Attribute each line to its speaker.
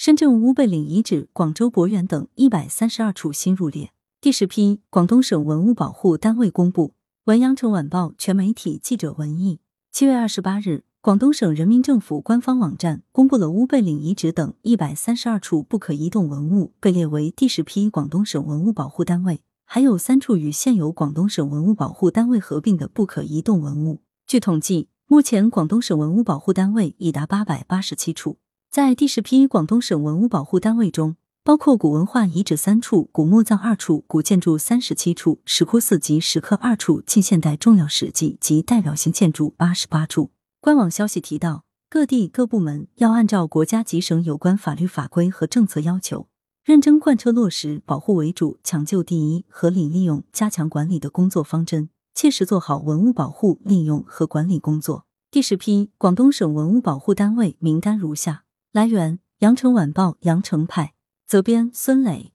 Speaker 1: 深圳乌贝岭遗址、广州博园等132处新入列。第10批广东省文物保护单位公布。文阳城晚报全媒体记者文艺。7月28日，广东省人民政府官方网站公布了乌贝岭遗址等132处不可移动文物被列为第10批广东省文物保护单位，还有3处与现有广东省文物保护单位合并的不可移动文物。据统计，目前广东省文物保护单位已达887处。在第10批广东省文物保护单位中，包括古文化遗址3处、古墓葬2处、古建筑37处、石窟寺及石刻2处、近现代重要史迹及代表性建筑88处。官网消息提到，各地各部门要按照国家及省有关法律法规和政策要求，认真贯彻落实保护为主、抢救第一、合理利用、加强管理的工作方针，切实做好文物保护、利用和管理工作。第10批广东省文物保护单位名单如下。来源：羊城晚报羊城派，责编孙磊。